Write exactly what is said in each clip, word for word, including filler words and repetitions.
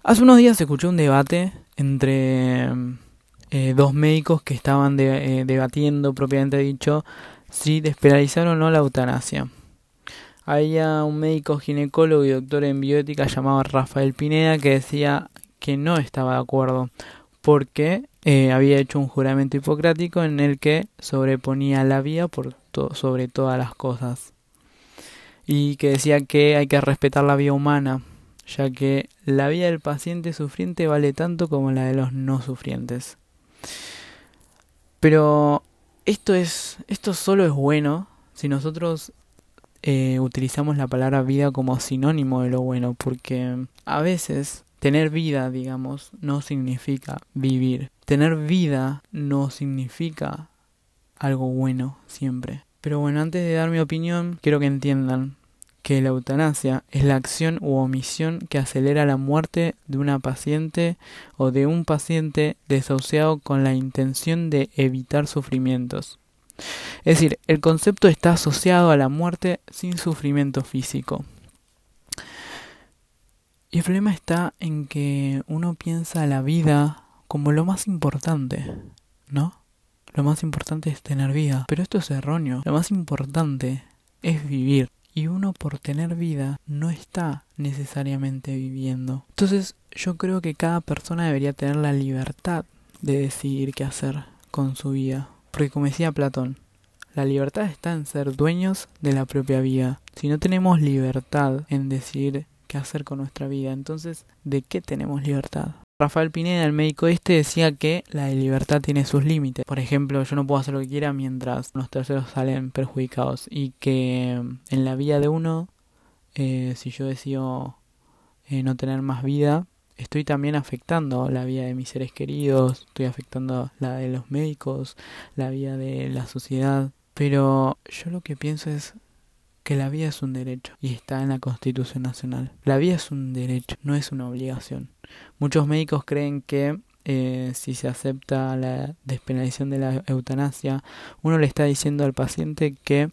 Hace unos días se escuchó un debate entre eh, dos médicos que estaban de, eh, debatiendo, propiamente dicho, si despenalizar o no la eutanasia. Había un médico ginecólogo y doctor en bioética llamado Rafael Pineda que decía que no estaba de acuerdo porque eh, había hecho un juramento hipocrático en el que sobreponía la vida por to- sobre todas las cosas y que decía que hay que respetar la vida humana, ya que la vida del paciente sufriente vale tanto como la de los no sufrientes. Pero esto es esto solo es bueno si nosotros eh, utilizamos la palabra vida como sinónimo de lo bueno, porque a veces tener vida, digamos, no significa vivir. Tener vida no significa algo bueno siempre. Pero bueno, antes de dar mi opinión, quiero que entiendan que la eutanasia es la acción u omisión que acelera la muerte de una paciente o de un paciente desahuciado con la intención de evitar sufrimientos. Es decir, el concepto está asociado a la muerte sin sufrimiento físico. Y el problema está en que uno piensa la vida como lo más importante, ¿no? Lo más importante es tener vida. Pero esto es erróneo. Lo más importante es vivir. Y uno por tener vida no está necesariamente viviendo. Entonces yo creo que cada persona debería tener la libertad de decidir qué hacer con su vida. Porque como decía Platón, la libertad está en ser dueños de la propia vida. Si no tenemos libertad en decidir qué hacer con nuestra vida, entonces ¿de qué tenemos libertad? Rafael Pineda, el médico este, decía que la libertad tiene sus límites. Por ejemplo, yo no puedo hacer lo que quiera mientras los terceros salen perjudicados. Y que en la vida de uno, eh, si yo decido eh, no tener más vida, estoy también afectando la vida de mis seres queridos, estoy afectando la de los médicos, la vida de la sociedad. Pero yo lo que pienso es que la vida es un derecho y está en la Constitución Nacional. La vida es un derecho, no es una obligación. Muchos médicos creen que eh, si se acepta la despenalización de la eutanasia, uno le está diciendo al paciente que,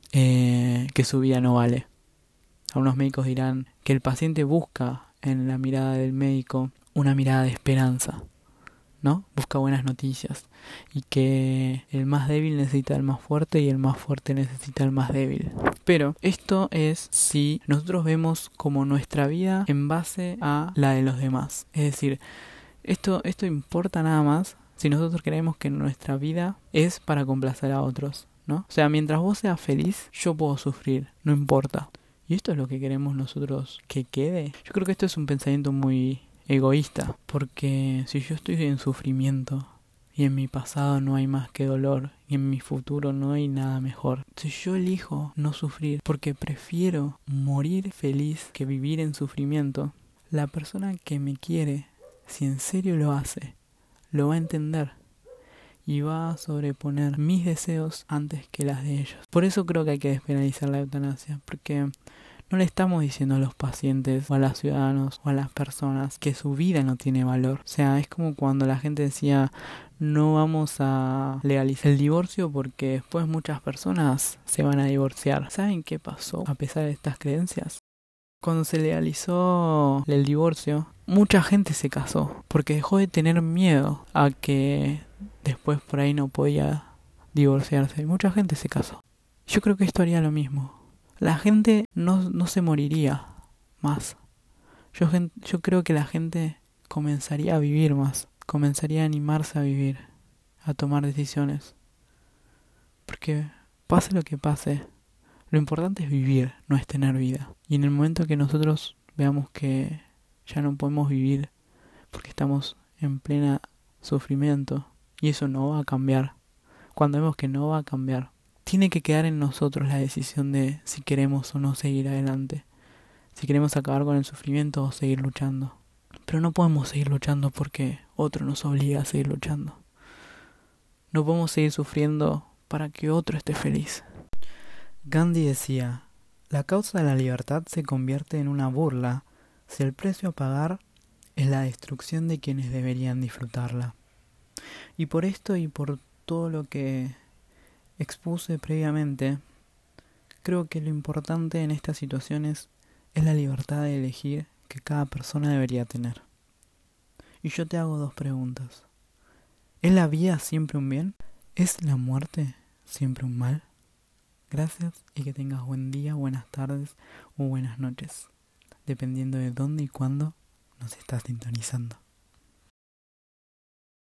eh, que su vida no vale. Algunos médicos dirán que el paciente busca en la mirada del médico una mirada de esperanza, ¿no? Busca buenas noticias y que el más débil necesita al más fuerte y el más fuerte necesita al más débil. Pero esto es si nosotros vemos como nuestra vida en base a la de los demás. Es decir, esto, esto importa nada más si nosotros creemos que nuestra vida es para complacer a otros, ¿no? O sea, mientras vos seas feliz, yo puedo sufrir, no importa. ¿Y esto es lo que queremos nosotros que quede? Yo creo que esto es un pensamiento muy egoísta, porque si yo estoy en sufrimiento y en mi pasado no hay más que dolor y en mi futuro no hay nada mejor, si yo elijo no sufrir porque prefiero morir feliz que vivir en sufrimiento, la persona que me quiere, si en serio lo hace, lo va a entender y va a sobreponer mis deseos antes que las de ellos. Por eso creo que hay que despenalizar la eutanasia, porque no le estamos diciendo a los pacientes o a los ciudadanos o a las personas que su vida no tiene valor. O sea, es como cuando la gente decía no vamos a legalizar el divorcio porque después muchas personas se van a divorciar. ¿Saben qué pasó a pesar de estas creencias? Cuando se legalizó el divorcio, mucha gente se casó porque dejó de tener miedo a que después por ahí no podía divorciarse. Mucha gente se casó. Yo creo que esto haría lo mismo. La gente no, no se moriría más. Yo, yo creo que la gente comenzaría a vivir más. Comenzaría a animarse a vivir, a tomar decisiones. Porque pase lo que pase, lo importante es vivir, no es tener vida. Y en el momento que nosotros veamos que ya no podemos vivir porque estamos en plena sufrimiento y eso no va a cambiar, cuando vemos que no va a cambiar, tiene que quedar en nosotros la decisión de si queremos o no seguir adelante, si queremos acabar con el sufrimiento o seguir luchando. Pero no podemos seguir luchando porque otro nos obliga a seguir luchando. No podemos seguir sufriendo para que otro esté feliz. Gandhi decía, la causa de la libertad se convierte en una burla si el precio a pagar es la destrucción de quienes deberían disfrutarla. Y por esto y por todo lo que expuse previamente, creo que lo importante en estas situaciones es la libertad de elegir que cada persona debería tener. Y yo te hago dos preguntas. ¿Es la vida siempre un bien? ¿Es la muerte siempre un mal? Gracias y que tengas buen día, buenas tardes o buenas noches, dependiendo de dónde y cuándo nos estás sintonizando.